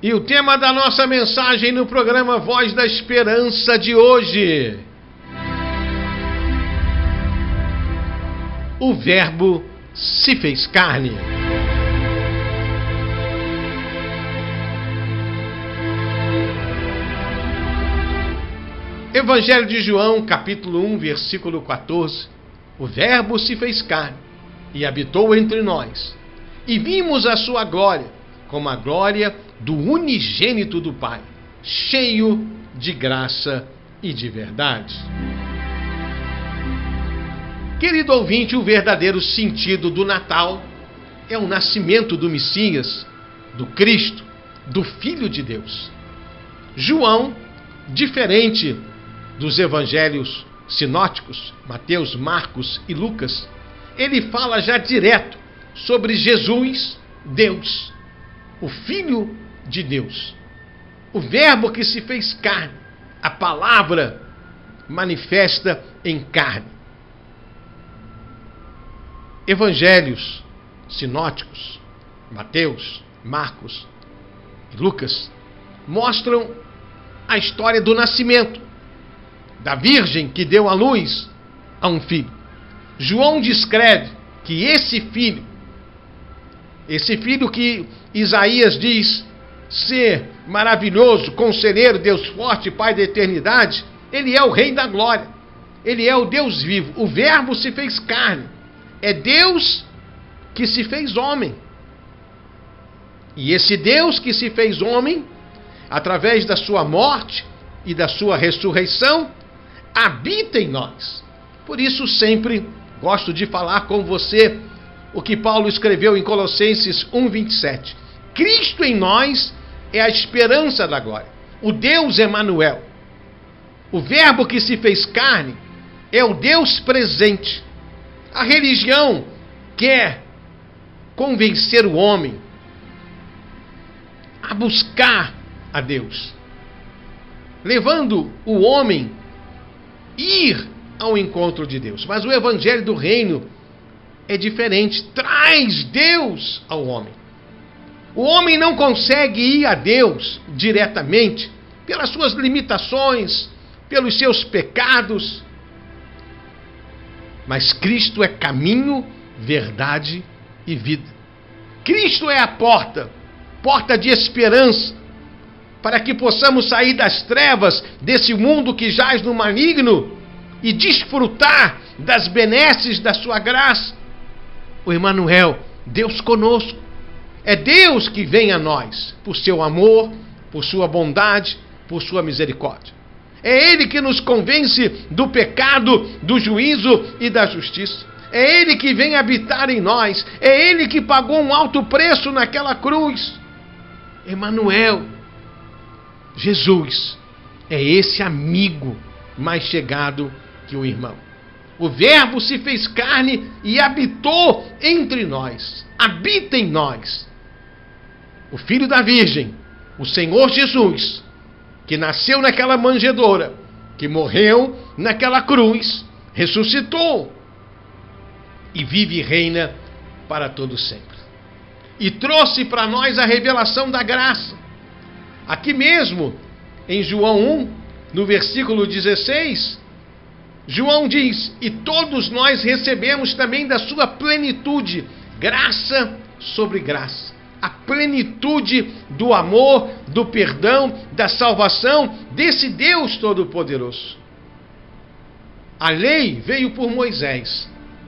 E o tema da nossa mensagem no programa Voz da Esperança de hoje: o Verbo se fez carne. Evangelho de João, capítulo 1, versículo 14. O Verbo se fez carne e habitou entre nós. E vimos a sua glória, como a glória do unigênito do Pai, cheio de graça e de verdade. Querido ouvinte, o verdadeiro sentido do Natal é o nascimento do Messias, do Cristo, do Filho de Deus. João, diferente dos evangelhos sinóticos, Mateus, Marcos e Lucas, ele fala já direto sobre Jesus, Deus, o Filho de Deus, o Verbo que se fez carne, a palavra manifesta em carne. Evangelhos sinóticos, Mateus, Marcos e Lucas, mostram a história do nascimento da virgem que deu à luz a um filho. João descreve que esse filho que Isaías diz ser maravilhoso, conselheiro, Deus forte, Pai da eternidade, ele é o Rei da glória, ele é o Deus vivo. O Verbo se fez carne, é Deus que se fez homem. E esse Deus que se fez homem, através da sua morte e da sua ressurreição, habita em nós. Por isso sempre gosto de falar com você o que Paulo escreveu em Colossenses 1:27. Cristo em nós é a esperança da glória, o Deus Emanuel. O Verbo que se fez carne é o Deus presente. A religião quer convencer o homem a buscar a Deus, levando o homem a ir ao encontro de Deus. Mas o evangelho do reino é diferente, traz Deus ao homem. O homem não consegue ir a Deus diretamente pelas suas limitações, pelos seus pecados. Mas Cristo é caminho, verdade e vida. Cristo é a porta de esperança, para que possamos sair das trevas desse mundo que jaz no maligno e desfrutar das benesses da sua graça. O Emanuel, Deus conosco, é Deus que vem a nós por seu amor, por sua bondade, por sua misericórdia. É Ele que nos convence do pecado, do juízo e da justiça. É Ele que vem habitar em nós. É Ele que pagou um alto preço naquela cruz. Emanuel, Jesus, é esse amigo mais chegado que o irmão. O Verbo se fez carne e habitou entre nós. Habita em nós. O Filho da Virgem, o Senhor Jesus, que nasceu naquela manjedoura, que morreu naquela cruz, ressuscitou e vive e reina para todo sempre. E trouxe para nós a revelação da graça. Aqui mesmo, em João 1, no versículo 16, João diz: e todos nós recebemos também da sua plenitude, graça sobre graça. A plenitude do amor, do perdão, da salvação desse Deus Todo-Poderoso. A lei veio por Moisés.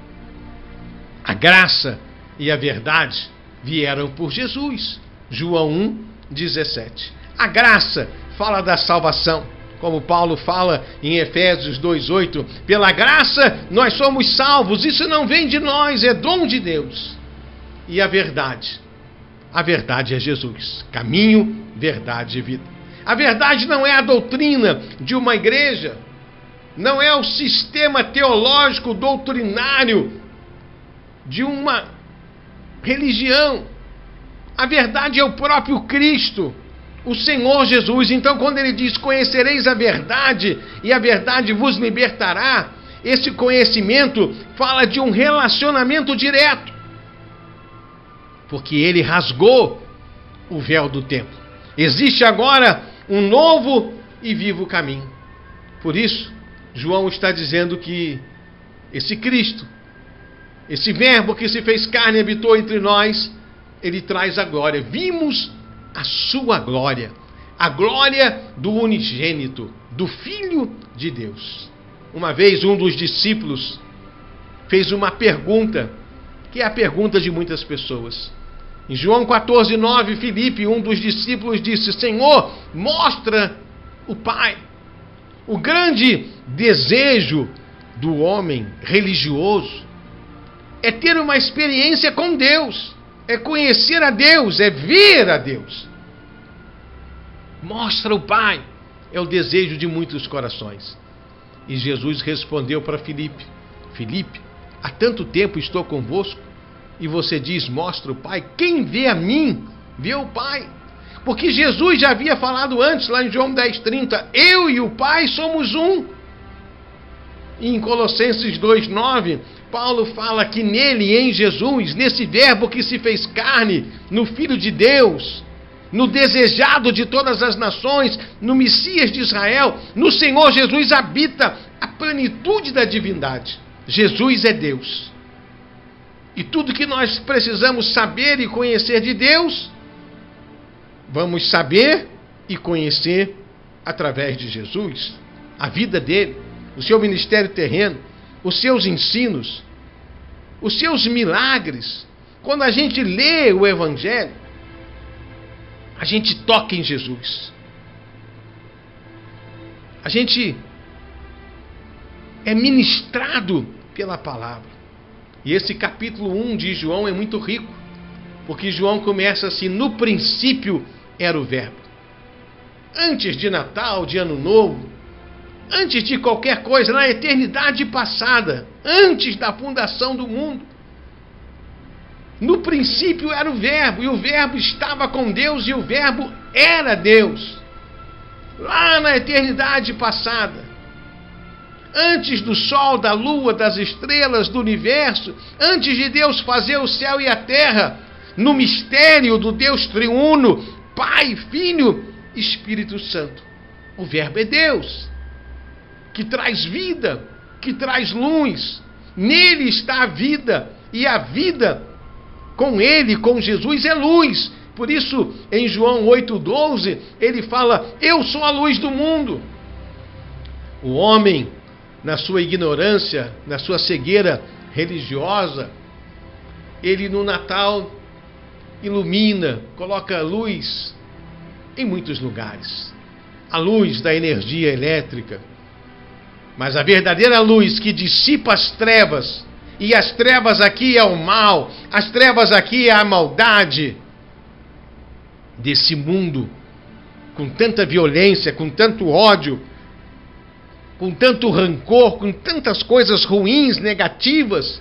A graça e a verdade vieram por Jesus. João 1:17. A graça fala da salvação, como Paulo fala em Efésios 2:8. Pela graça nós somos salvos. Isso não vem de nós, é dom de Deus. E a verdade é Jesus. Caminho, verdade e vida. A verdade não é a doutrina de uma igreja. Não é o sistema teológico doutrinário de uma religião. A verdade é o próprio Cristo, o Senhor Jesus. Então, quando ele diz: conhecereis a verdade e a verdade vos libertará, esse conhecimento fala de um relacionamento direto, porque ele rasgou o véu do templo. Existe agora um novo e vivo caminho. Por isso, João está dizendo que esse Cristo, esse Verbo que se fez carne e habitou entre nós, ele traz a glória. Vimos a sua glória, a glória do unigênito, do Filho de Deus. Uma vez um dos discípulos fez uma pergunta, que é a pergunta de muitas pessoas. Em João 14:9, Filipe, um dos discípulos, disse: Senhor, mostra o Pai. O grande desejo do homem religioso é ter uma experiência com Deus, é conhecer a Deus, é ver a Deus. Mostra o Pai, é o desejo de muitos corações. E Jesus respondeu para Filipe: Filipe, há tanto tempo estou convosco e você diz, mostra o Pai. Quem vê a mim, vê o Pai. Porque Jesus já havia falado antes, lá em João 10:30, eu e o Pai somos um. E em Colossenses 2:9, Paulo fala que nele, em Jesus, nesse Verbo que se fez carne, no Filho de Deus, no desejado de todas as nações, no Messias de Israel, no Senhor Jesus habita a plenitude da divindade. Jesus é Deus. E tudo que nós precisamos saber e conhecer de Deus, vamos saber e conhecer através de Jesus, a vida dele, o seu ministério terreno, os seus ensinos, os seus milagres. Quando a gente lê o Evangelho, a gente toca em Jesus. A gente é ministrado pela palavra. E esse capítulo 1 de João é muito rico, porque João começa assim: no princípio era o Verbo. Antes de Natal, de Ano Novo, antes de qualquer coisa, na eternidade passada, antes da fundação do mundo, no princípio era o Verbo, e o Verbo estava com Deus, e o Verbo era Deus. Lá na eternidade passada, antes do sol, da lua, das estrelas, do universo, antes de Deus fazer o céu e a terra, no mistério do Deus triuno, Pai, Filho, Espírito Santo, o Verbo é Deus, que traz vida, que traz luz. Nele está a vida, e a vida com ele, com Jesus, é luz. Por isso, em João 8:12, ele fala: eu sou a luz do mundo. O homem, na sua ignorância, na sua cegueira religiosa, ele no Natal ilumina, coloca luz em muitos lugares. A luz da energia elétrica. Mas a verdadeira luz que dissipa as trevas, e as trevas aqui é o mal, as trevas aqui é a maldade desse mundo, com tanta violência, com tanto ódio, com tanto rancor, com tantas coisas ruins, negativas.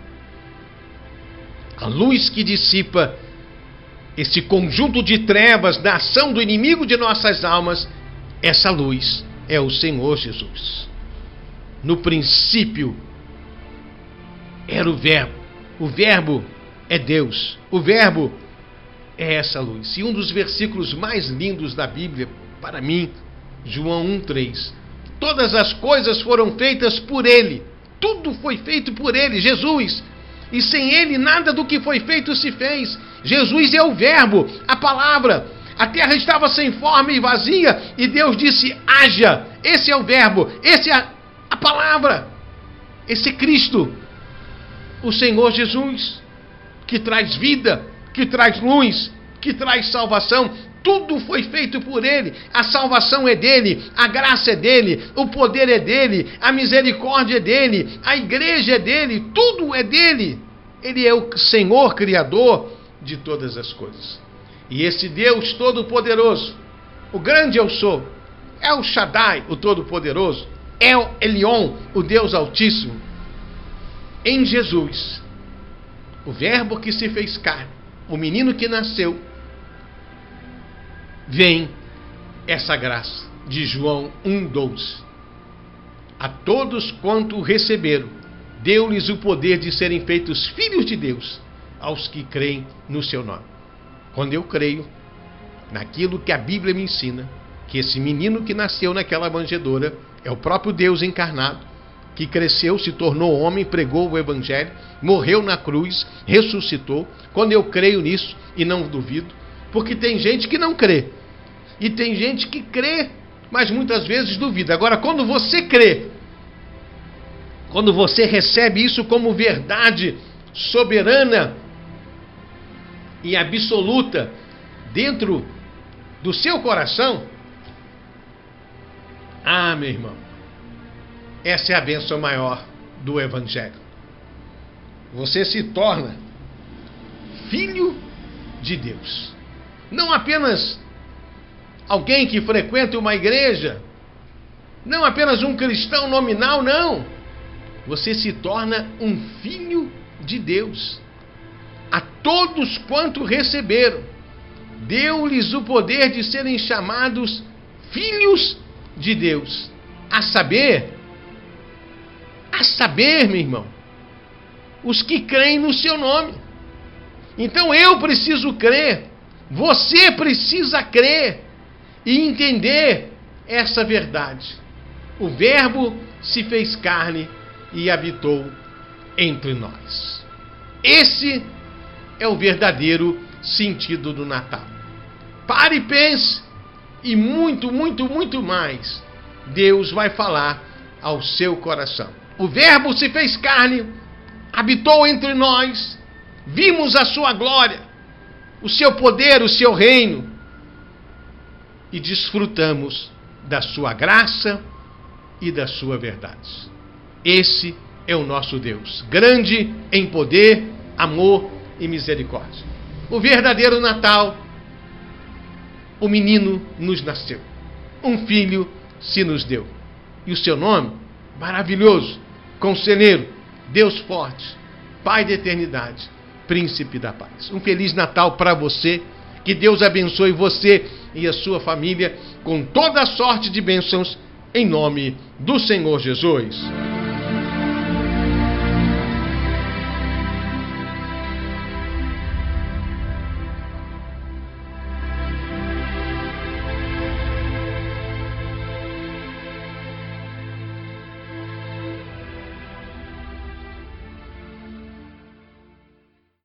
A luz que dissipa esse conjunto de trevas da ação do inimigo de nossas almas, essa luz é o Senhor Jesus. No princípio era o Verbo é Deus, o Verbo é essa luz. E um dos versículos mais lindos da Bíblia, para mim, João 1:3. Todas as coisas foram feitas por Ele, tudo foi feito por Ele, Jesus. E sem Ele nada do que foi feito se fez. Jesus é o Verbo, a palavra. A terra estava sem forma e vazia, e Deus disse: haja. Esse é o Verbo, esse é a palavra. Esse é Cristo, o Senhor Jesus, que traz vida, que traz luz, que traz salvação. Tudo foi feito por Ele. A salvação é dEle, a graça é dEle, o poder é dEle, a misericórdia é dEle, a igreja é dEle, tudo é dEle. Ele é o Senhor Criador de todas as coisas. E esse Deus Todo-Poderoso, o grande eu sou, é o Shaddai, o Todo-Poderoso, é o Elion, o Deus Altíssimo. Em Jesus, o Verbo que se fez carne, o menino que nasceu, vem essa graça de João 1:12. A todos quanto o receberam, deu-lhes o poder de serem feitos filhos de Deus, aos que creem no seu nome. Quando eu creio, naquilo que a Bíblia me ensina, que esse menino que nasceu naquela manjedoura é o próprio Deus encarnado, que cresceu, se tornou homem, pregou o Evangelho, morreu na cruz, ressuscitou. Quando eu creio nisso, e não duvido, porque tem gente que não crê, e tem gente que crê, mas muitas vezes duvida. Agora, quando você crê, quando você recebe isso como verdade soberana e absoluta dentro do seu coração, meu irmão, essa é a bênção maior do Evangelho. Você se torna filho de Deus. Não apenas alguém que frequenta uma igreja, não apenas um cristão nominal, não. Você se torna um filho de Deus. A todos quanto receberam, deu-lhes o poder de serem chamados filhos de Deus. A saber, meu irmão, os que creem no seu nome. Então eu preciso crer, você precisa crer e entender essa verdade. O Verbo se fez carne e habitou entre nós. Esse é o verdadeiro sentido do Natal. Pare e pense, e muito, muito, muito mais Deus vai falar ao seu coração. O Verbo se fez carne, habitou entre nós, vimos a sua glória, o seu poder, o seu reino, e desfrutamos da sua graça e da sua verdade. Esse é o nosso Deus, grande em poder, amor e misericórdia. O verdadeiro Natal, o menino nos nasceu, um filho se nos deu. E o seu nome, maravilhoso, Conselheiro, Deus forte, Pai da eternidade, Príncipe da paz. Um Feliz Natal para você, que Deus abençoe você e a sua família com toda a sorte de bênçãos, em nome do Senhor Jesus.